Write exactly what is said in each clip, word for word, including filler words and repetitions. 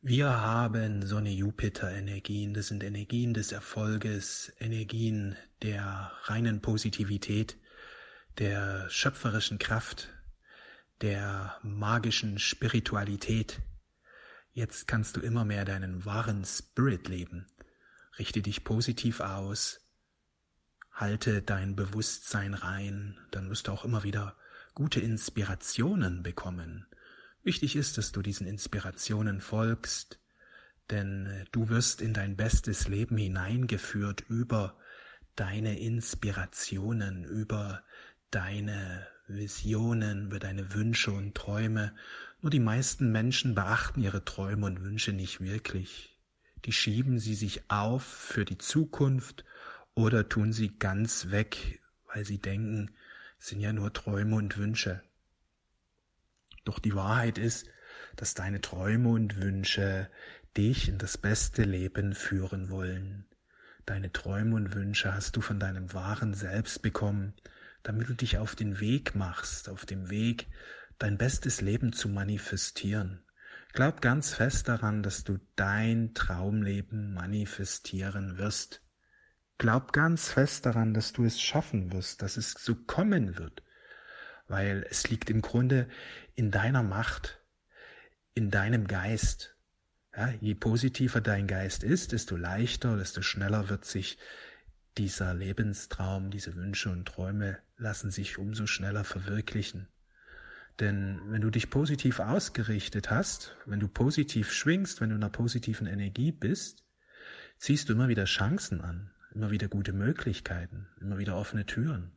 Wir haben Sonne-Jupiter-Energien, das sind Energien des Erfolges, Energien der reinen Positivität, der schöpferischen Kraft, der magischen Spiritualität. Jetzt kannst du immer mehr deinen wahren Spirit leben. Richte dich positiv aus, halte dein Bewusstsein rein, dann wirst du auch immer wieder gute Inspirationen bekommen. Wichtig ist, dass du diesen Inspirationen folgst, denn du wirst in dein bestes Leben hineingeführt über deine Inspirationen, über deine Visionen, über deine Wünsche und Träume. Nur die meisten Menschen beachten ihre Träume und Wünsche nicht wirklich. Die schieben sie sich auf für die Zukunft oder tun sie ganz weg, weil sie denken, es sind ja nur Träume und Wünsche. Doch die Wahrheit ist, dass deine Träume und Wünsche dich in das beste Leben führen wollen. Deine Träume und Wünsche hast du von deinem wahren Selbst bekommen, damit du dich auf den Weg machst, auf dem Weg, dein bestes Leben zu manifestieren. Glaub ganz fest daran, dass du dein Traumleben manifestieren wirst. Glaub ganz fest daran, dass du es schaffen wirst, dass es so kommen wird. Weil es liegt im Grunde in deiner Macht, in deinem Geist. Ja, je positiver dein Geist ist, desto leichter, desto schneller wird sich dieser Lebenstraum, diese Wünsche und Träume lassen sich umso schneller verwirklichen. Denn wenn du dich positiv ausgerichtet hast, wenn du positiv schwingst, wenn du in einer positiven Energie bist, ziehst du immer wieder Chancen an, immer wieder gute Möglichkeiten, immer wieder offene Türen.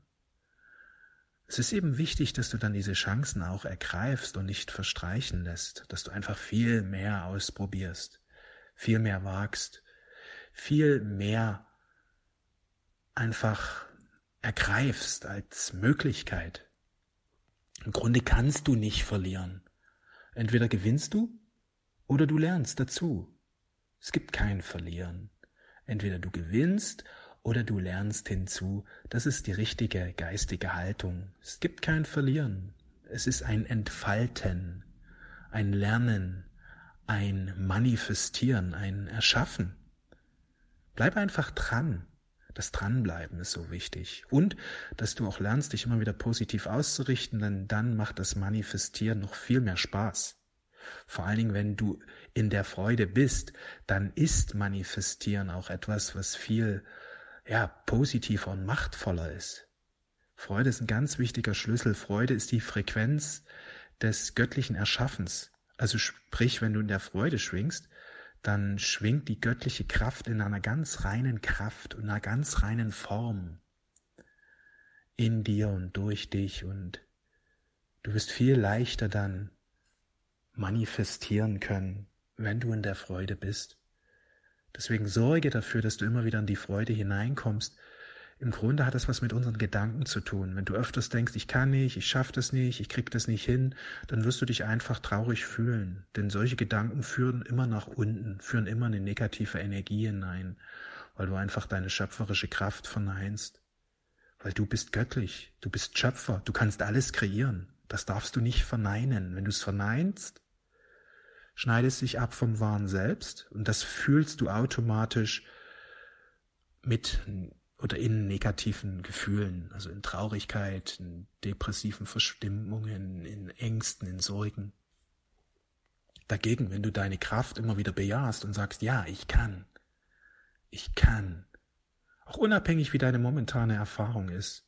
Es ist eben wichtig, dass du dann diese Chancen auch ergreifst und nicht verstreichen lässt, dass du einfach viel mehr ausprobierst, viel mehr wagst, viel mehr einfach ergreifst als Möglichkeit. Im Grunde kannst du nicht verlieren. Entweder gewinnst du oder du lernst dazu. Es gibt kein Verlieren. Entweder du gewinnst oder du lernst hinzu. Das ist die richtige geistige Haltung. Es gibt kein Verlieren. Es ist ein Entfalten, ein Lernen, ein Manifestieren, ein Erschaffen. Bleib einfach dran. Das Dranbleiben ist so wichtig. Und, dass du auch lernst, dich immer wieder positiv auszurichten, denn dann macht das Manifestieren noch viel mehr Spaß. Vor allen Dingen, wenn du in der Freude bist, dann ist Manifestieren auch etwas, was viel ja, positiver und machtvoller ist. Freude ist ein ganz wichtiger Schlüssel. Freude ist die Frequenz des göttlichen Erschaffens. Also sprich, wenn du in der Freude schwingst, dann schwingt die göttliche Kraft in einer ganz reinen Kraft und einer ganz reinen Form in dir und durch dich, und du wirst viel leichter dann manifestieren können, wenn du in der Freude bist. Deswegen sorge dafür, dass du immer wieder in die Freude hineinkommst. Im Grunde hat das was mit unseren Gedanken zu tun. Wenn du öfters denkst, ich kann nicht, ich schaffe das nicht, ich krieg das nicht hin, dann wirst du dich einfach traurig fühlen. Denn solche Gedanken führen immer nach unten, führen immer eine negative Energie hinein, weil du einfach deine schöpferische Kraft verneinst. Weil du bist göttlich, du bist Schöpfer, du kannst alles kreieren. Das darfst du nicht verneinen. Wenn du es verneinst, schneidest dich ab vom wahren Selbst, und das fühlst du automatisch mit oder in negativen Gefühlen, also in Traurigkeit, in depressiven Verstimmungen, in Ängsten, in Sorgen. Dagegen, wenn du deine Kraft immer wieder bejahst und sagst, ja, ich kann, ich kann, auch unabhängig wie deine momentane Erfahrung ist,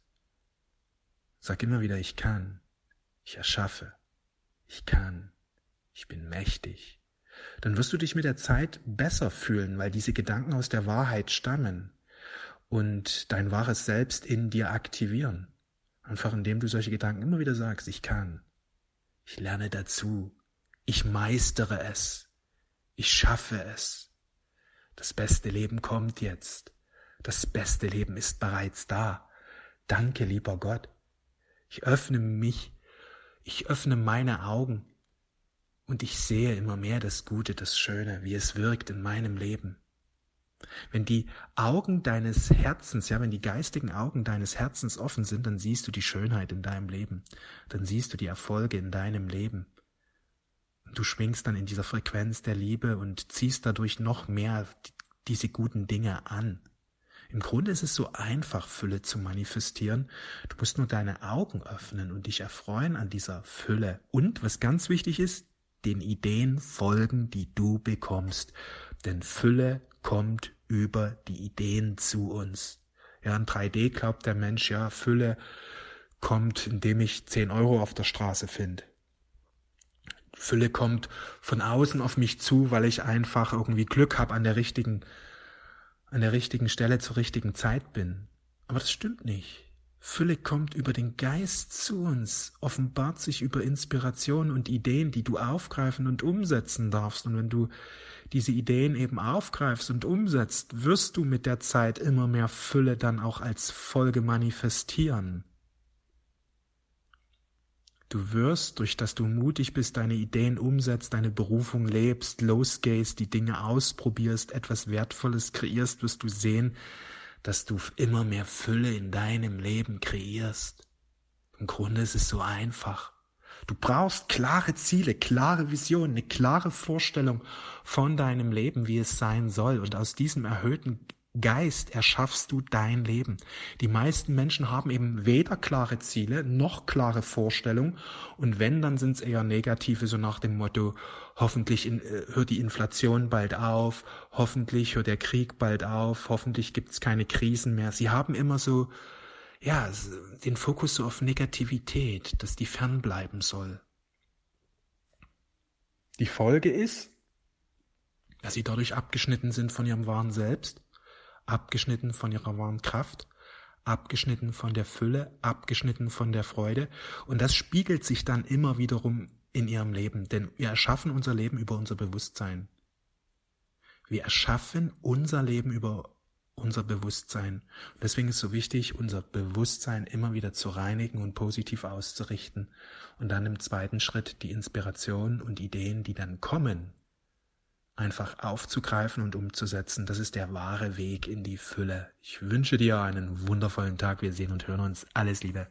sag immer wieder, ich kann, ich erschaffe, ich kann, ich bin mächtig. Dann wirst du dich mit der Zeit besser fühlen, weil diese Gedanken aus der Wahrheit stammen und dein wahres Selbst in dir aktivieren. Einfach indem du solche Gedanken immer wieder sagst, ich kann, ich lerne dazu, ich meistere es, ich schaffe es. Das beste Leben kommt jetzt. Das beste Leben ist bereits da. Danke, lieber Gott. Ich öffne mich, ich öffne meine Augen und ich sehe immer mehr das Gute, das Schöne, wie es wirkt in meinem Leben. Wenn die Augen deines Herzens, ja, wenn die geistigen Augen deines Herzens offen sind, dann siehst du die Schönheit in deinem Leben. Dann siehst du die Erfolge in deinem Leben. Und du schwingst dann in dieser Frequenz der Liebe und ziehst dadurch noch mehr diese guten Dinge an. Im Grunde ist es so einfach, Fülle zu manifestieren. Du musst nur deine Augen öffnen und dich erfreuen an dieser Fülle. Und, was ganz wichtig ist, den Ideen folgen, die du bekommst. Denn Fülle kommt über die Ideen zu uns. Ja, in drei D glaubt der Mensch, ja, Fülle kommt, indem ich zehn Euro auf der Straße finde. Fülle kommt von außen auf mich zu, weil ich einfach irgendwie Glück habe, an der richtigen an der richtigen Stelle zur richtigen Zeit bin. Aber das stimmt nicht. Fülle kommt über den Geist zu uns, offenbart sich über Inspiration und Ideen, die du aufgreifen und umsetzen darfst. Und wenn du diese Ideen eben aufgreifst und umsetzt, wirst du mit der Zeit immer mehr Fülle dann auch als Folge manifestieren. Du wirst, durch dass du mutig bist, deine Ideen umsetzt, deine Berufung lebst, losgehst, die Dinge ausprobierst, etwas Wertvolles kreierst, wirst du sehen, dass du immer mehr Fülle in deinem Leben kreierst. Im Grunde ist es so einfach. Du brauchst klare Ziele, klare Visionen, eine klare Vorstellung von deinem Leben, wie es sein soll. Und aus diesem erhöhten Geist erschaffst du dein Leben. Die meisten Menschen haben eben weder klare Ziele noch klare Vorstellungen und wenn, dann sind es eher negative, so nach dem Motto, hoffentlich in, äh, hört die Inflation bald auf, hoffentlich hört der Krieg bald auf, hoffentlich gibt es keine Krisen mehr. Sie haben immer so, ja, den Fokus so auf Negativität, dass die fernbleiben soll. Die Folge ist, dass sie dadurch abgeschnitten sind von ihrem wahren Selbst, abgeschnitten von ihrer wahren Kraft, abgeschnitten von der Fülle, abgeschnitten von der Freude. Und das spiegelt sich dann immer wiederum in ihrem Leben, denn wir erschaffen unser Leben über unser Bewusstsein. Wir erschaffen unser Leben über unser Bewusstsein. Und deswegen ist es so wichtig, unser Bewusstsein immer wieder zu reinigen und positiv auszurichten. Und dann im zweiten Schritt die Inspiration und Ideen, die dann kommen, einfach aufzugreifen und umzusetzen. Das ist der wahre Weg in die Fülle. Ich wünsche dir einen wundervollen Tag. Wir sehen und hören uns. Alles Liebe.